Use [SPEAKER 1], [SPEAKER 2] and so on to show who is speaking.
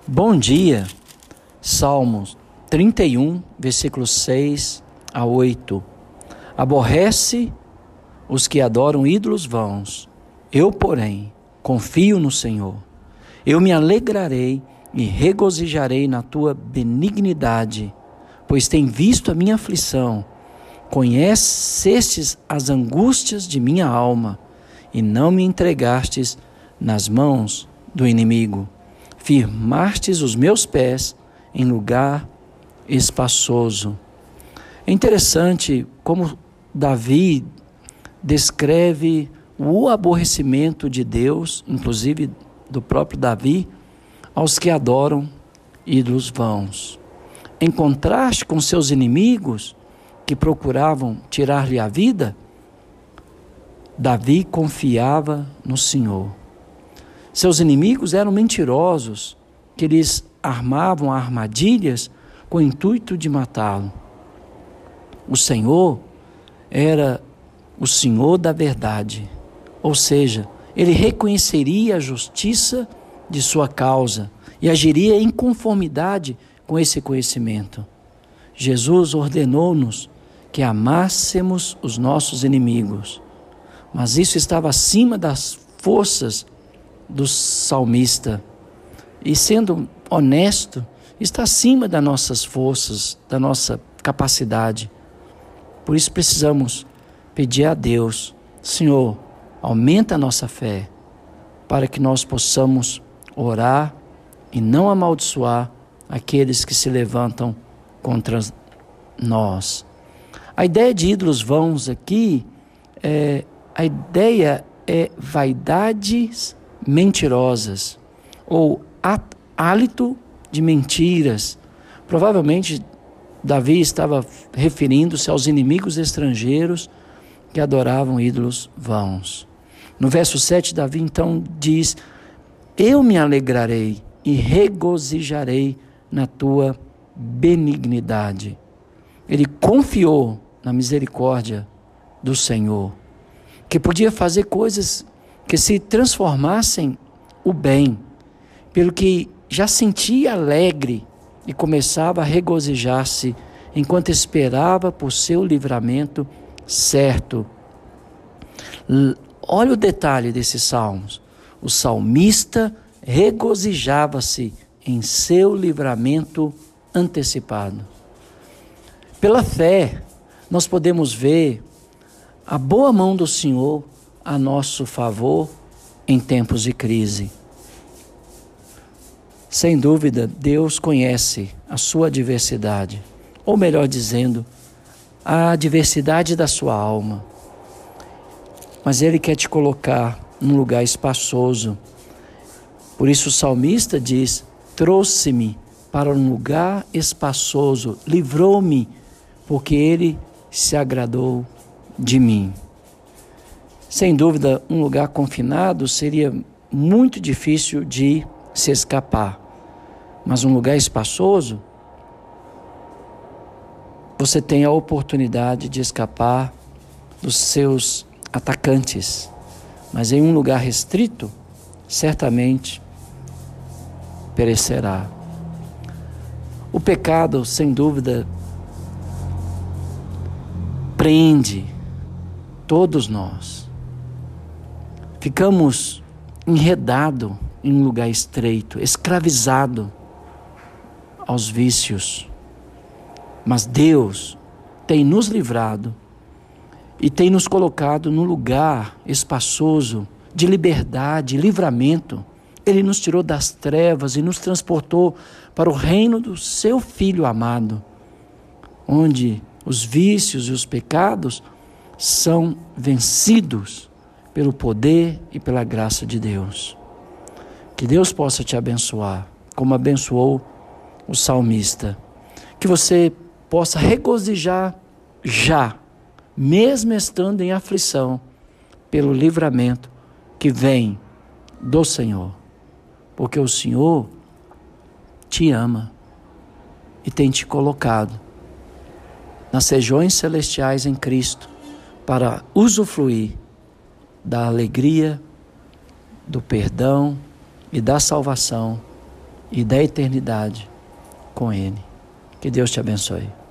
[SPEAKER 1] Bom dia, Salmos 31, versículos 6 a 8. Aborrece os que adoram ídolos vãos. Eu, porém, confio no Senhor. Eu me alegrarei e regozijarei na tua benignidade, pois tem visto a minha aflição. Conhecestes as angústias de minha alma e não me entregastes nas mãos do inimigo. Firmastes os meus pés em lugar espaçoso. É interessante como Davi descreve o aborrecimento de Deus, inclusive do próprio Davi, aos que adoram ídolos vãos. Em contraste com seus inimigos, que procuravam tirar-lhe a vida, Davi confiava no Senhor. Seus inimigos eram mentirosos, que lhes armavam armadilhas com o intuito de matá-lo. O Senhor era o Senhor da verdade, ou seja, ele reconheceria a justiça de sua causa e agiria em conformidade com esse conhecimento. Jesus ordenou-nos que amássemos os nossos inimigos, mas isso estava acima das forças do salmista. E sendo honesto, está acima das nossas forças, da nossa capacidade. Por isso precisamos pedir a Deus: Senhor, aumenta a nossa fé, para que nós possamos orar e não amaldiçoar aqueles que se levantam contra nós. A ideia de ídolos vãos aqui, a ideia é vaidades mentirosas ou hálito de mentiras. Provavelmente Davi estava referindo-se aos inimigos estrangeiros que adoravam ídolos vãos. No verso 7, Davi então diz: eu me alegrarei e regozijarei na tua benignidade. Ele confiou na misericórdia do Senhor, que podia fazer coisas que se transformassem o bem, pelo que já sentia alegre e começava a regozijar-se enquanto esperava por seu livramento certo. Olha o detalhe desses salmos. O salmista regozijava-se em seu livramento antecipado. Pela fé, nós podemos ver a boa mão do Senhor a nosso favor em tempos de crise. Sem dúvida, Deus conhece a sua adversidade, ou melhor dizendo, a adversidade da sua alma. Mas Ele quer te colocar num lugar espaçoso. Por isso o salmista diz: trouxe-me para um lugar espaçoso, livrou-me, porque Ele se agradou de mim. Sem dúvida, um lugar confinado seria muito difícil de se escapar. Mas um lugar espaçoso, você tem a oportunidade de escapar dos seus atacantes. Mas em um lugar restrito, certamente perecerá. O pecado, sem dúvida, prende todos nós. Ficamos enredados em um lugar estreito, escravizados aos vícios. Mas Deus tem nos livrado e tem nos colocado num lugar espaçoso de liberdade, livramento. Ele nos tirou das trevas e nos transportou para o reino do seu Filho amado, onde os vícios e os pecados são vencidos pelo poder e pela graça de Deus. Que Deus possa te abençoar, como abençoou o salmista. Que você possa regozijar já, mesmo estando em aflição, pelo livramento que vem do Senhor. Porque o Senhor te ama e tem te colocado nas regiões celestiais em Cristo para usufruir da alegria, do perdão e da salvação e da eternidade com Ele. Que Deus te abençoe.